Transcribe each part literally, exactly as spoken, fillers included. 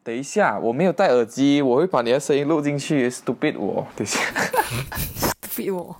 等一下，我没有戴耳机，我会把你的声音录进去 ，stupid 我，等一下 ，stupid 我。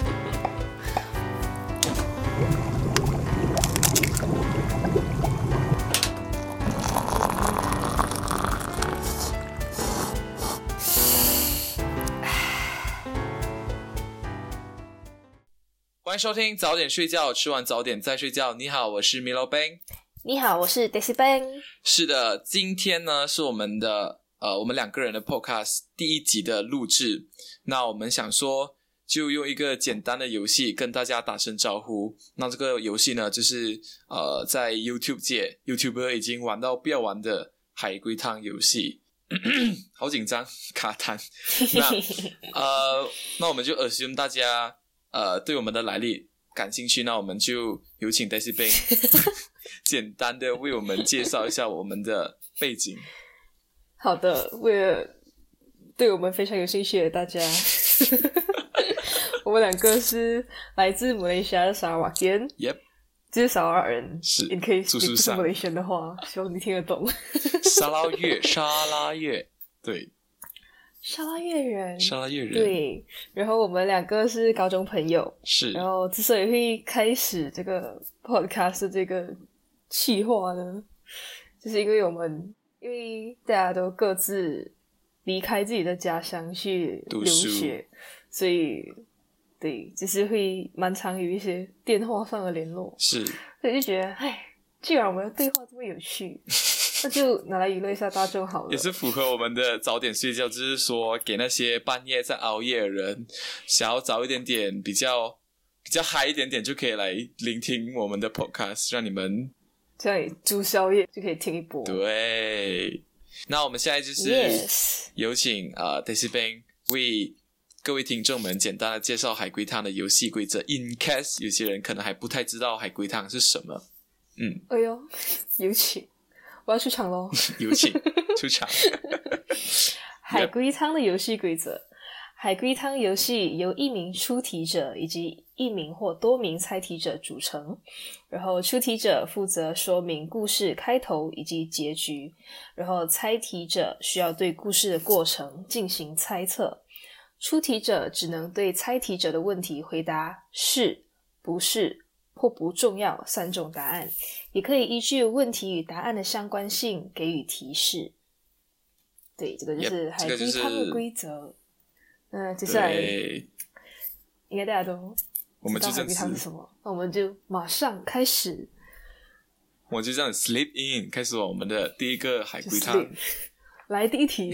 欢迎收听早点睡觉，吃完早点再睡觉。你好，我是 Milo Bang。 你好，我是 Daisy Bang。 是的，今天呢是我们的呃我们两个人的 podcast 第一集的录制。那我们想说，就用一个简单的游戏跟大家打声招呼。那这个游戏呢，就是呃在 YouTube 界 YouTuber 已经玩到不要玩的海龟汤游戏。好紧张，卡痰。那呃，那我们就 assume 大家呃对我们的来历感兴趣，那我们就有请 Daisy Bang 简单的为我们介绍一下我们的背景。 好的，为了对我们非常有兴趣的大家，我们两个是来自马来西亚的沙瓦県 Yep， 就是沙瓦人。 是 ，in case 住宿上你不是马来西亚的话，希望你听得懂。 沙拉越，沙拉越，对， 沙拉越人， 沙拉越人， 对。然后我们两个是高中朋友， 是。 然后之所以会开始这个 podcast 的这个企划呢，就是因为我们因为大家都各自离开自己的家乡去留学，所以对，就是会蛮常有一些电话上的联络， 是。 所以就觉得，哎，既然我们的对话这么有趣，那就拿来娱乐一下大众好了。 也是符合我们的早点睡觉，就是说给那些半夜在熬夜的人，想要早一点点比较比较嗨一点点，就可以来聆听我们的 podcast， 让你们这样煮宵夜就可以听一波。 对，那我们现在就是有请、yes. 呃 Daisy Bang 为各位听众们简单的介绍海龟汤的游戏规则。In case 有些人可能还不太知道海龟汤是什么。嗯， 哎呦，有请，我要出场咯。 有请出场。 海龟汤的游戏规则。海龟汤游戏由一名出题者以及一名或多名猜题者组成，然后出题者负责说明故事开头以及结局，然后猜题者需要对故事的过程进行猜测。出题者只能对猜题者的问题回答是、不是或不重要三种答案，也可以依据问题与答案的相关性给予提示。对，这个就是海龟汤的规则。那接下来应该大家都知道海龟汤是什么，那我们就马上开始。 我就这样 slip in 开始我们的第一个海龟汤。 来第一题。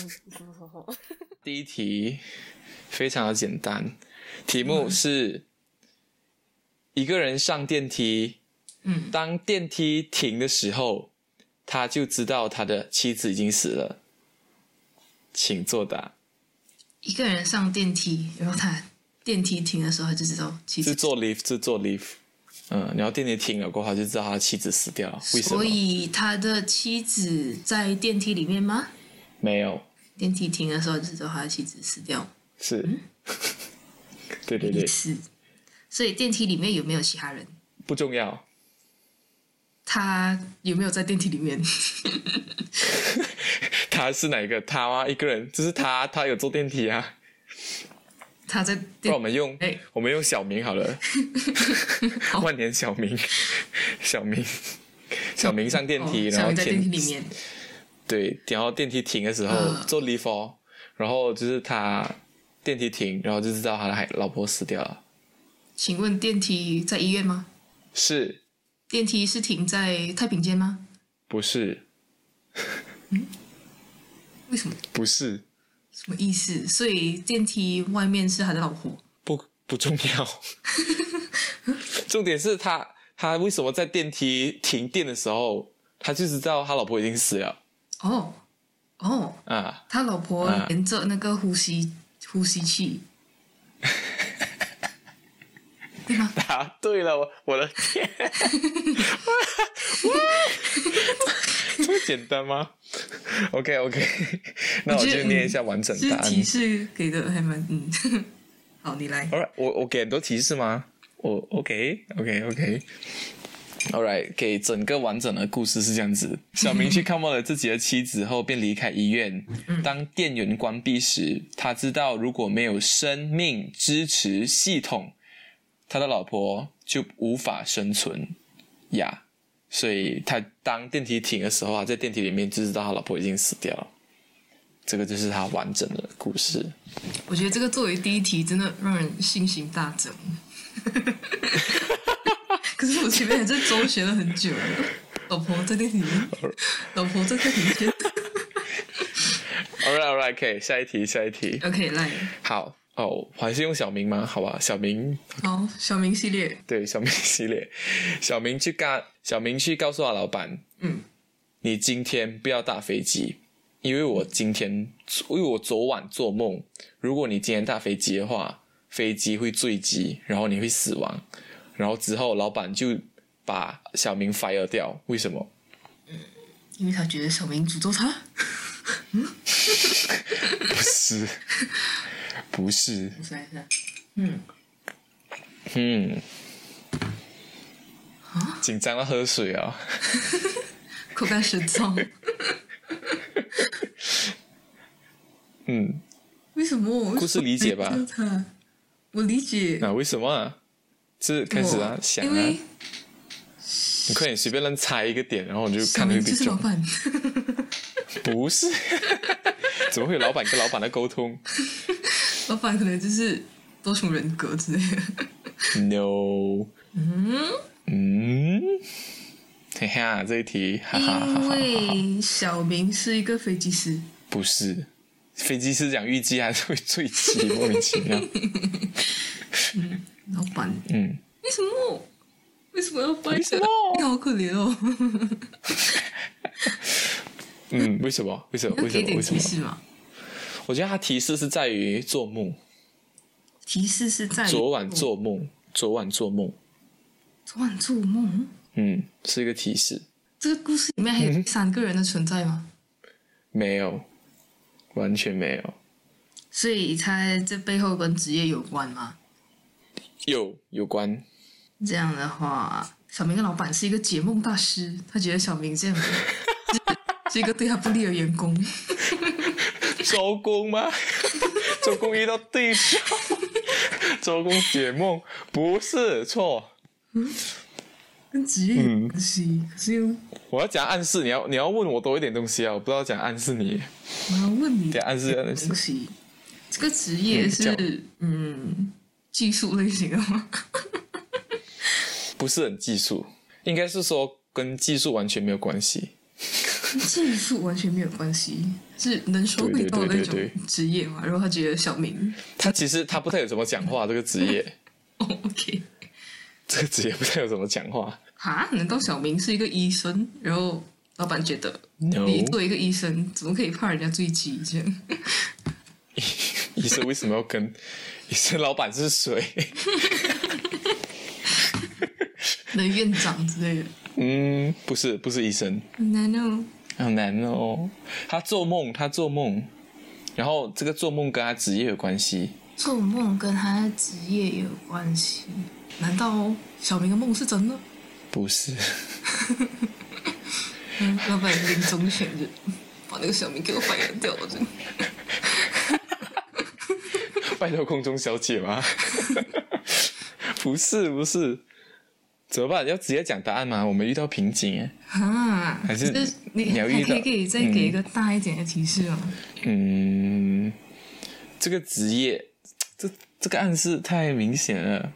第一题非常的简单，题目是一个人上电梯，嗯，当电梯停的时候，他就知道他的妻子已经死了。请作答。 一个人上电梯，然后他电梯停的时候他就知道妻子是坐 lift 是坐 lift 嗯，然后电梯停了过后他就知道他的妻子死掉了。为什么？ 所以他的妻子在电梯里面吗？ 没有， 电梯停的时候就知道他的妻子死掉。 是、嗯、对对对， 是。所以电梯里面有没有其他人不重要。 他有没有在电梯里面？ 他是哪一个他啊？一个人就是他，他有坐电梯啊。 他在， 不然我们用、欸、我们用小明好了。万年小明，小明，小明上电梯， 哦、 然后在电梯里面， 对，然后电梯停的时候、呃、坐 lift 哦，然后就是他电梯停，然后就知道他的老婆死掉了。 请问电梯在医院吗？ 是。 电梯是停在太平间吗？ 不是。 嗯？为什么？ 不是。 什么意思？所以电梯外面是他的老婆？ 不不重要。重点是他他为什么在电梯停电的时候，他就知道他老婆已经死了。 哦哦啊！他老婆连着那个呼吸、啊、呼吸器。对吗？ 答对了，我我的天！这么简单吗 ？OK OK， 那我就念一下完整答案。 提示给的还蛮嗯，好，你来。 Alright， 我我给很多提示吗？我 OK OK OK。 Alright， 给整个完整的故事是这样子：小明去看望了自己的妻子后，便离开医院。当电源关闭时，他知道如果没有生命支持系统，他的老婆就无法生存呀。所以他当电梯停的时候啊，在电梯里面就知道他老婆已经死掉了。这个就是他完整的故事。 我觉得这个作为第一题，真的让人信心大增。可是我前面还在周旋了很久了，老婆在电梯里面，老婆在电梯里面。 Alright, alright, OK， 下一题，下一题。 OK， 来。 好哦，还是用小明吗？好吧，小明。 好，小明系列。 对，小明系列。小明去告，小明去告诉他老板， 嗯， 你今天不要搭飞机，因为我今天，因为我昨晚做梦，如果你今天搭飞机的话，飞机会坠机，然后你会死亡。然后之后，老板就把小明 fire 掉，为什么？ 嗯，因为他觉得小明诅咒他。嗯， 不是，不是。 我想一下，嗯， 嗯，啊，紧张到喝水啊、哦， 口干舌燥。 嗯， 为什么？ 故事理解吧。 我理解。 啊，为什么啊？是开始啊，想啊，你快点随便乱猜一个点，然后我就看会不会中。 就是老板。 不是，怎么会有老板跟老板的沟通？ 老板可能就是多重人格之类的。 No。嗯嗯，嘿哈，这一题，哈哈哈哈。 因为小明是一个飞机师。 不是，飞机师讲预计还是会坠机，莫名其妙。 嗯，老板。 嗯。 为什么？为什么要掰？ 为什么？ 你好可怜哦。 嗯，为什么？为什么？为什么？为什么？ 提示吗？ 我觉得他提示是在于做梦。 提示是在于昨晚做梦，昨晚做梦， 昨晚做梦。 嗯，是一个提示。 这个故事里面还有三个人的存在吗？ 嗯、没有，完全没有。 所以他这背后跟职业有关吗？ 有，有关。 这样的话，小明的老板是一个解梦大师，他觉得小明这样子是, 是一个对他不利的员工。 周公吗？周公遇到对手，周公解梦不是错。 嗯，跟职业有关系、嗯，可是又我要讲暗示，你要你要问我多一点东西啊！我不知道讲暗示你。 我要问你点暗示的东西。这个职业是 嗯, 嗯技术类型的吗？ 不是很技术，应该是说跟技术完全没有关系。 技术完全没有关系，是能说会道的那种职业嘛？然后他觉得小明， 他其实他不太有怎么讲话，这个职业。 哦 ，OK， 这个职业不太有怎么讲话。 哈？难道小明是一个医生？然后老板觉得 no. 你作为一个医生，怎么可以怕人家坠机这样？ 医生为什么要跟医生？老板是谁？ 那院长之类的。 嗯，不是，不是医生。 很难哦。 很难哦。他做梦，他做梦，然后这个做梦跟他职业有关系。 做梦跟他的职业有关系？难道小明的梦是真的？ 不是。 嗯，老板临终前就把那个小明给我fire掉了，真的。 拜托空中小姐吗？不是，不是。怎么办？要直接讲答案吗？我们遇到瓶颈哎。 啊， 还是你你要遇到？ 还可以再给一个大一点的提示吗？ 嗯，这个职业，这这个暗示太明显了。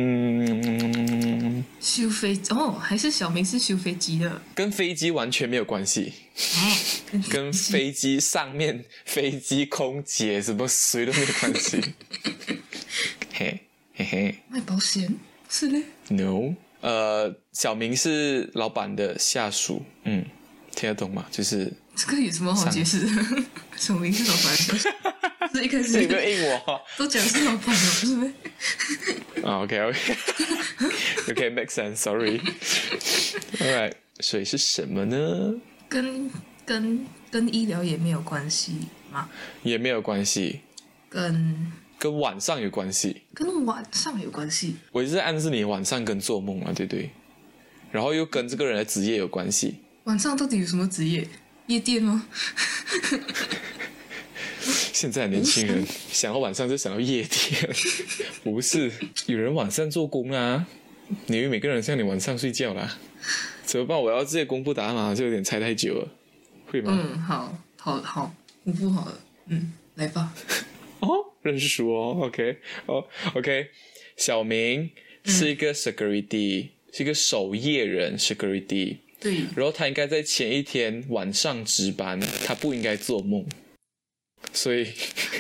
嗯， 修飞哦，还是小明是修飞机的， 跟飞机完全没有关系。 哦， 跟飞机上面飞机空姐什么谁都没有关系。嘿嘿嘿， 卖保险是嘞 ？No。呃，小明是老板的下属，嗯，听得懂吗？就是这个有什么好解释的？小明是老板的下属，是一开始你不要应我， 都讲是老板的，不是呗？ 啊 ，OK OK，OK make sense，sorry。All right， 所以是什么呢？ 跟跟跟医疗也没有关系吗？ 也没有关系。 跟跟晚上有关系， 跟晚上有关系。 我一直在暗示你晚上跟做梦啊，对不对？ 然后又跟这个人的职业有关系。 晚上到底有什么职业？夜店吗？ 现在的年轻人想到晚上就想到夜店，不是有人晚上做工啊？你以为每个人像你晚上睡觉啦？怎么办？我要这些公布答案嘛，就有点猜太久了，会吗？ 嗯，好，好，好，公布好了，嗯，来吧。 哦，认输哦 ，OK， 哦 ，OK， 小明是一个 security，、嗯、是一个守夜人 security， 对， 然后他应该在前一天晚上值班，他不应该做梦，所以，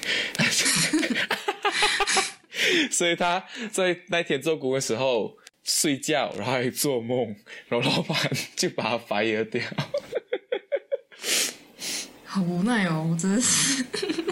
所以他在那天做工的时候睡觉，然后还做梦，然后老板就把他 fire 掉。 好无奈哦，我真的是。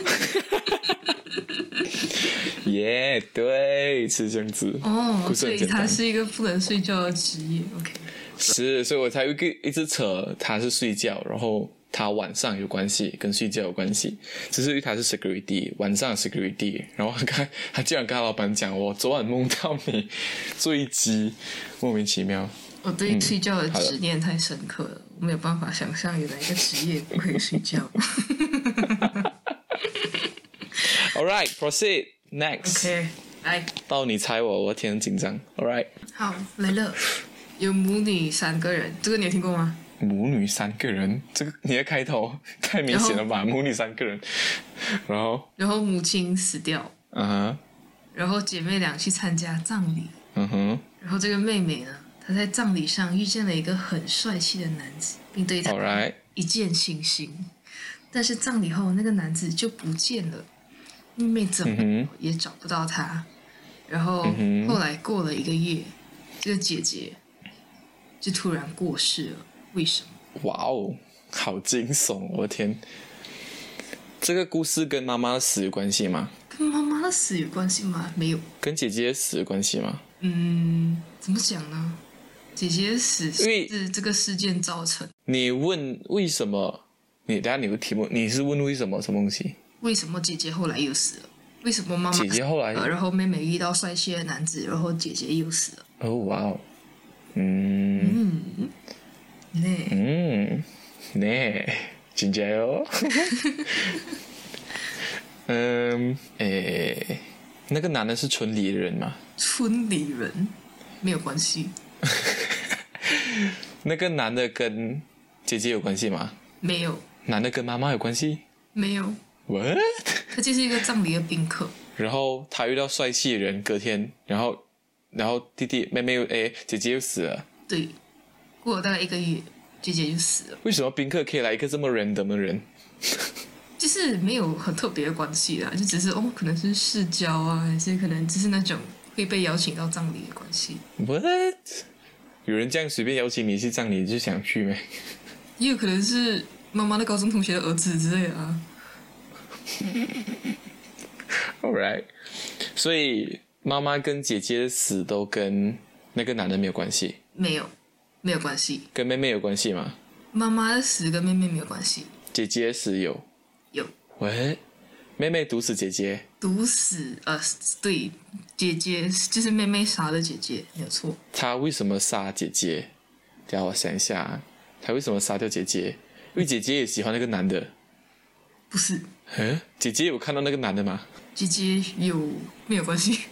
耶、yeah, 对，是这样子哦，所以他是一个不能睡觉的职业 OK 是，所以我才会一直扯他是睡觉，然后他晚上有关系，跟睡觉有关系，只是因为他是 security 晚上 security， 然后他他竟然跟他老板讲我昨晚梦到你坠机，莫名其妙。 我对睡觉的执念太深刻了、嗯、我没有办法想象有哪一个职业不可以睡觉。 Alright, proceed. Next. OK, 来， 到你猜我，我挺紧张。Alright. 好，来了。有母女三个人，这个你有听过吗？ 母女三个人，这个你的开头太明显了吧？母女三个人，然后然后母亲死掉， 嗯哼， 然后姐妹俩去参加葬礼， 嗯哼， 然后这个妹妹呢，她在葬礼上遇见了一个很帅气的男子，并对他一见倾心。但是葬礼后，那个男子就不见了，妹妹怎么也找不到他。然后后来过了一个月，这个姐姐就突然过世了，为什么？ 哇哦，好惊悚！我的天，这个故事跟妈妈的死有关系吗？ 跟妈妈的死有关系吗？没有。 跟姐姐的死有关系吗？ 嗯，怎么讲呢？姐姐的死是这个事件造成。 你问为什么？你等下你的题目，你是问为什么什么东西？ 为什么姐姐后来又死了？为什么妈妈姐姐后来， 然后妹妹遇到帅气的男子，然后姐姐又死了？ 哦哇哦，嗯嗯，呢嗯呢，真假哟。嗯，诶，那个男的是村里的人吗？ 村里人没有关系。 那个男的跟姐姐有关系吗？ 没有。 男的跟妈妈有关系？ 没有。 What？ 他就是一个葬礼的宾客。 然后他遇到帅气的人，隔天，然后，然后弟弟妹妹又诶，姐姐又死了。 对，过了大概一个月，姐姐就死了。 为什么宾客可以来一个这么 random 的人？ 就是没有很特别的关系啦，就只是哦，可能是世交啊，还是可能只是那种会被邀请到葬礼的关系。 What？ 有人这样随便邀请你去葬礼，你就想去吗？ 也有可能是妈妈的高中同学的儿子之类的啊。 Alright， 所以妈妈跟姐姐的死都跟那个男的没有关系？ 没有，没有关系。 跟妹妹有关系吗？ 妈妈的死跟妹妹没有关系。 姐姐的死有？ 有。 喂，妹妹毒死姐姐？ 毒死呃，对，姐姐就是妹妹杀了姐姐，没有错。 她为什么杀姐姐？等下我想一下，她为什么杀掉姐姐？因为姐姐也喜欢那个男的。 不是。 嗯，姐姐有看到那个男的吗？ 姐姐有，没有关系。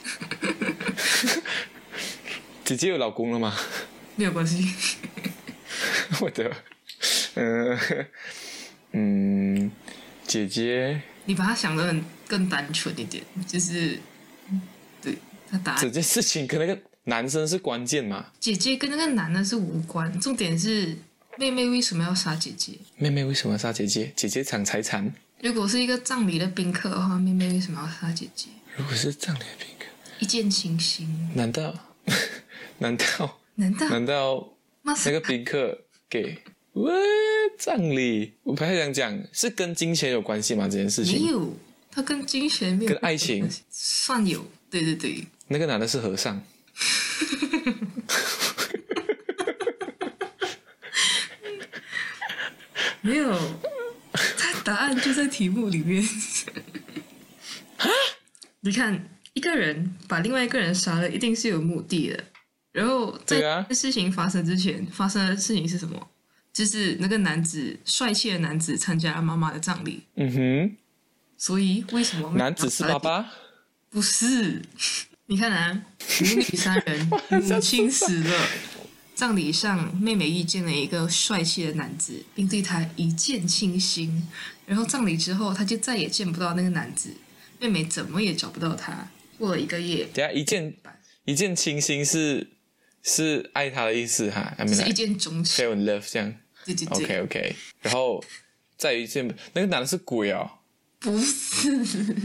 姐姐有老公了吗？ 没有关系。 我的，嗯嗯，姐姐， 你把她想得很更单纯一点，就是对她答案。 这件事情跟那个男生是关键嘛？ 姐姐跟那个男的是无关，重点是妹妹为什么要杀姐姐？ 妹妹为什么要杀姐姐？姐姐抢财产。 如果是一个葬礼的宾客的话，妹妹为什么要杀姐姐？ 如果是葬礼的宾客， 一见倾心。 难道？难道？ 难道？ 难道那个宾客给？喂，葬礼，我不太想讲，是跟金钱有关系吗？这件事情没有，它跟金钱没有， 跟爱情算有，对对对。 那个男的是和尚。 没有，他答案就在题目里面。你看，一个人把另外一个人杀了，一定是有目的的。 然后在事情发生之前，发生的事情是什么？就是那个男子，帅气的男子参加妈妈的葬礼。 嗯哼。 所以为什么男子是爸爸？ 不是。你看啊，母女三人，母亲死了，葬礼上妹妹遇见了一个帅气的男子，并对他一见倾心。然后葬礼之后，他就再也见不到那个男子，妹妹怎么也找不到他。过了一个月， 等下一见一见倾心是是爱他的意思哈， 是一见钟情 ，fell in love 这样。 对对对。 OK OK， 然后再一见，那个男的是鬼哦。 不是，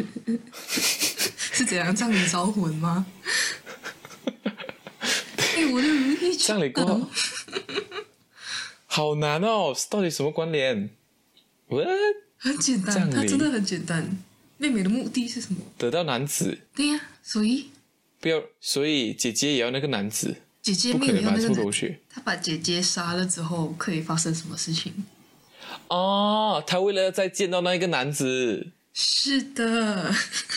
是怎样葬礼招魂吗？哎，我的如意葬礼过后，好难哦，到底什么关联 ？What？ 很简单，它真的很简单。妹妹的目的是什么？ 得到男子。 对呀、啊，所以不要，所以姐姐也要那个男子。 姐姐没有要那个男子。 她把姐姐杀了之后，可以发生什么事情？ 哦，他为了再见到那一个男子， 是的，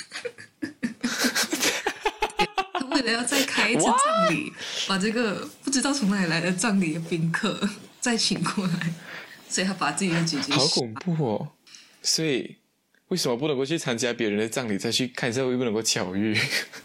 他为了要再开一次葬礼，把这个不知道从哪里来的葬礼的宾客再请过来，所以他把自己的姐姐好恐怖哦！所以为什么不能够去参加别人的葬礼，再去看一下会不会能够巧遇？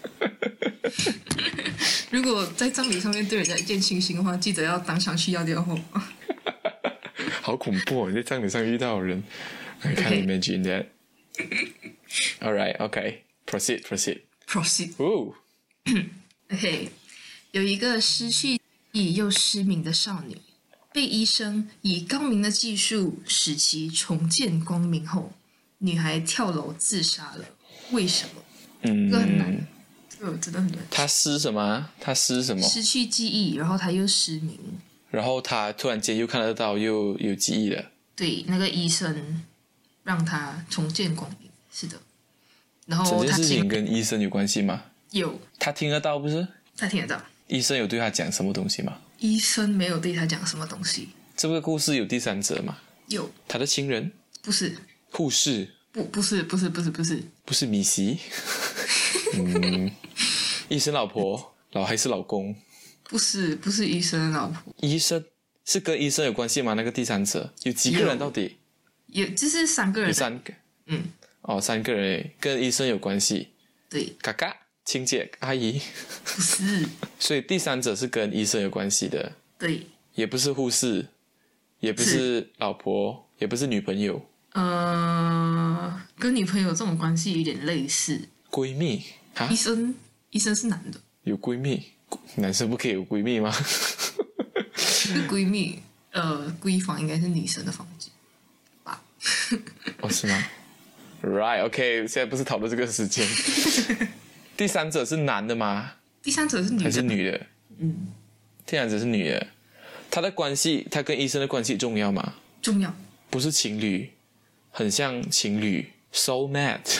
如果在葬礼上面对人家一见倾心的话，记得要当场去要电话。 好恐怖哦！你在葬礼上遇到的人 I can't imagine that. Alright, okay. Proceed, proceed. Proceed. Ooh. Okay. 有一个失去记忆又失明的少女，被医生以高明的技术使其重见光明后，女孩跳楼自杀了。为什么？ 嗯， 这个很难，这个真的很难。 她失什么？她失什么？ 失去记忆，然后她又失明。 然后他突然间又看得到，又有记忆了。 对，那个医生让他重见光明，是的。然后这件事情跟医生有关系吗？ 有， 他听得到不是？ 他听得到。 医生有对他讲什么东西吗？ 医生没有对他讲什么东西。 这个故事有第三者吗？ 有。 他的亲人？ 不是。 护士？ 不，不是，不是，不是，不是。 不是米奇？嗯，医生老婆，老还是老公？ 不是，不是医生的老婆。 医生是跟医生有关系吗？那个第三者有几个人到底？ 有，就是三个人。 有三个。 嗯。 哦，三个人跟医生有关系。 对。 嘎嘎，亲姐阿姨。 不是。 所以第三者是跟医生有关系的。 对。 也不是护士，也不是老婆，也不是女朋友。 呃，跟女朋友这种关系有点类似。 闺蜜啊？ 医生，医生是男的。 有闺蜜？男生不可以有闺蜜吗？ 闺蜜，呃，闺房应该是女生的房间吧？ 哦，是吗 ？Right, OK， 现在不是讨论这个时间。第三者是男的吗？ 第三者是女的还是女的？ 嗯， 第三者是女的。他的关系，他跟医生的关系重要吗？ 重要。 不是情侣，很像情侣 ，soulmate，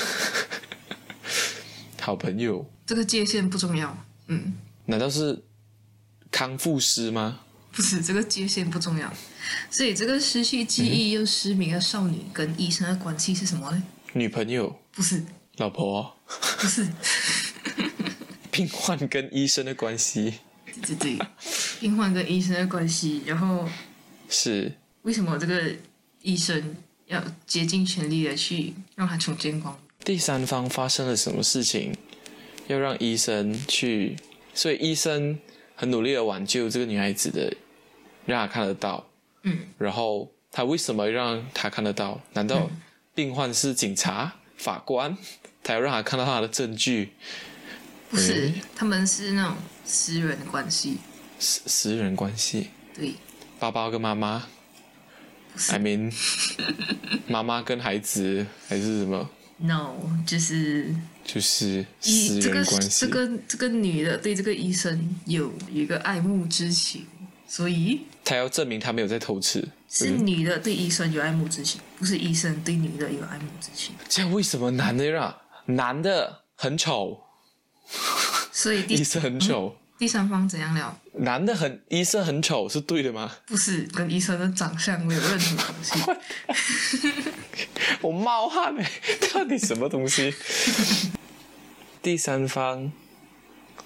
好朋友。 这个界限不重要。嗯。 难道是康复师吗？ 不是，这个界限不重要。所以这个失去记忆又失明的少女跟医生的关系是什么呢？ 女朋友？ 不是。 老婆？ 不是。 病患跟医生的关系？ 对对对，病患跟医生的关系。然后是为什么这个医生要竭尽全力的去让他重见光明？ 第三方发生了什么事情，要让医生去？所以医生很努力的挽救这个女孩子的，让她看得到。 嗯。然后他为什么让她看得到？难道病患是警察、法官？他要让她看到他的证据？ 不是，嗯、他们是那种私人的关系。 私私人关系？ 对。 爸爸跟妈妈？ 不是。 I mean， 妈妈跟孩子还是什么 ？No， 就是。 就是私人关系。 这个这个这个女的对这个医生有一个爱慕之情，所以她要证明她没有在偷吃。 是女的对医生有爱慕之情，不是医生对女的有爱慕之情。 这样为什么男的让男的很丑， 所以医生很丑、 嗯？第三方怎样了？ 男的很医生很丑是对的吗？ 不是，跟医生的长相没有任何关系。 我冒汗哎，到底什么东西？第三方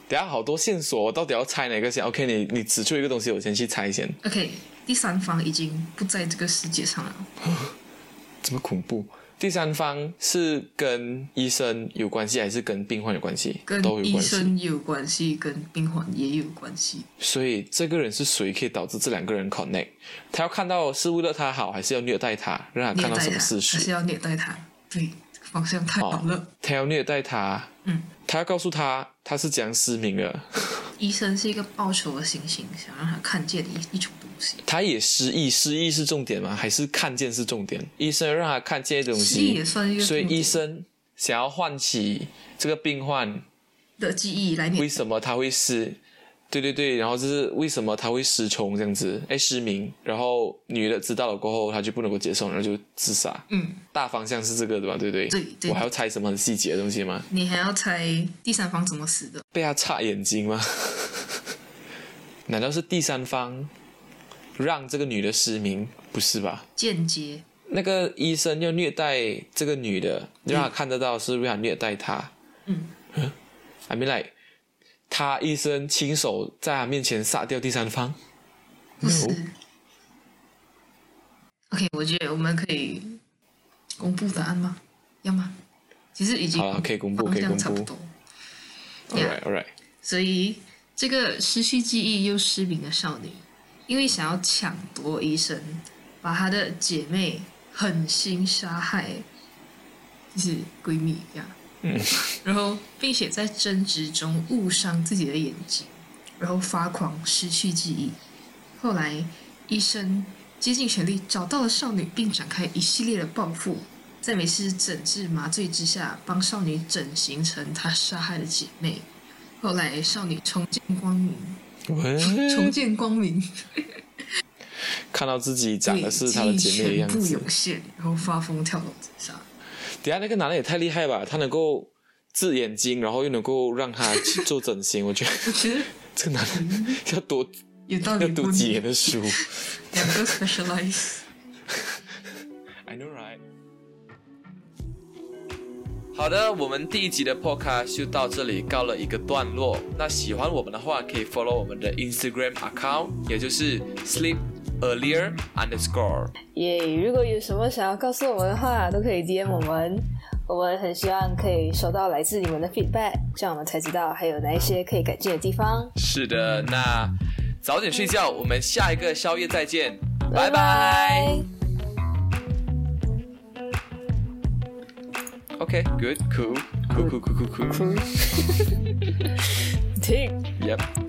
等下好多线索，我到底要猜哪个先 ？OK， 你你指出一个东西，我先去猜先。 OK， 第三方已经不在这个世界上了。 这么恐怖？第三方是跟医生有关系，还是跟病患有关系？ 跟医生有关系，跟病患也有关系。 所以这个人是谁可以导致这两个人 connect？ 他要看到是为了他好，还是要虐待他，让他看到什么事实？ 还是要虐待他？对，这个方向太好了。哦、 他要虐待他， 嗯， 他要告诉他他是怎样失明的。 医生是一个报仇的心情，想让他看见一一种东西。 他也失忆，失忆是重点吗？还是看见是重点？医生让他看见的东西， 失忆也算一个重点。 所以医生想要唤起这个病患的记忆来。为什么他会失？对对对，然后就是为什么他会失聪这样子？哎，失明，然后女的知道了过后，她就不能够接受，然后就自杀。 嗯， 大方向是这个对吧？对不对？ 对对。 我还要猜什么很细节的东西吗？ 你还要猜第三方怎么死的？ 被他插眼睛吗？难道是第三方让这个女的失明？不是吧？ 间接。 那个医生要虐待这个女的，让她看得到是为了虐待她。 嗯。 I mean like， 他医生亲手在她面前杀掉第三方？ 不是。No? OK， 我觉得我们可以公布答案吗？要吗？其实已经好了，可以公布，可以公布。 差不多。 Alright, alright。 所以。这个失去记忆又失明的少女，因为想要抢夺医生，把她的姐妹狠心杀害，就是闺蜜这样。 嗯。 然后，并且在争执中误伤自己的眼睛，然后发狂失去记忆。后来，医生竭尽全力找到了少女，并展开一系列的报复，在美式整治麻醉之下，帮少女整形成她杀害的姐妹。后来，少女重见光明，重见光明， 看到自己长的是她的姐妹的样子， 全部涌现，然后发疯跳楼自杀。 等下那个男的也太厉害吧！他能够治眼睛，然后又能够让他去做整形，我觉得这个男的要多有道理， 要读几年的书， 两个 specialize。 I know right。好的，我们第一集的 podcast 就到这里告了一个段落。那喜欢我们的话，可以 follow 我们的 Instagram account， 也就是 sleep earlier underscore。 耶、yeah, 如果有什么想要告诉我们的话，都可以 D M 我们。我们很希望可以收到来自你们的 feedback， 这样我们才知道还有哪一些可以改进的地方。 是的，那早点睡觉，我们下一个宵夜再见，拜拜。Okay, good, cool, cool, cool, cool, cool, cool. Cool. Tick. Yep.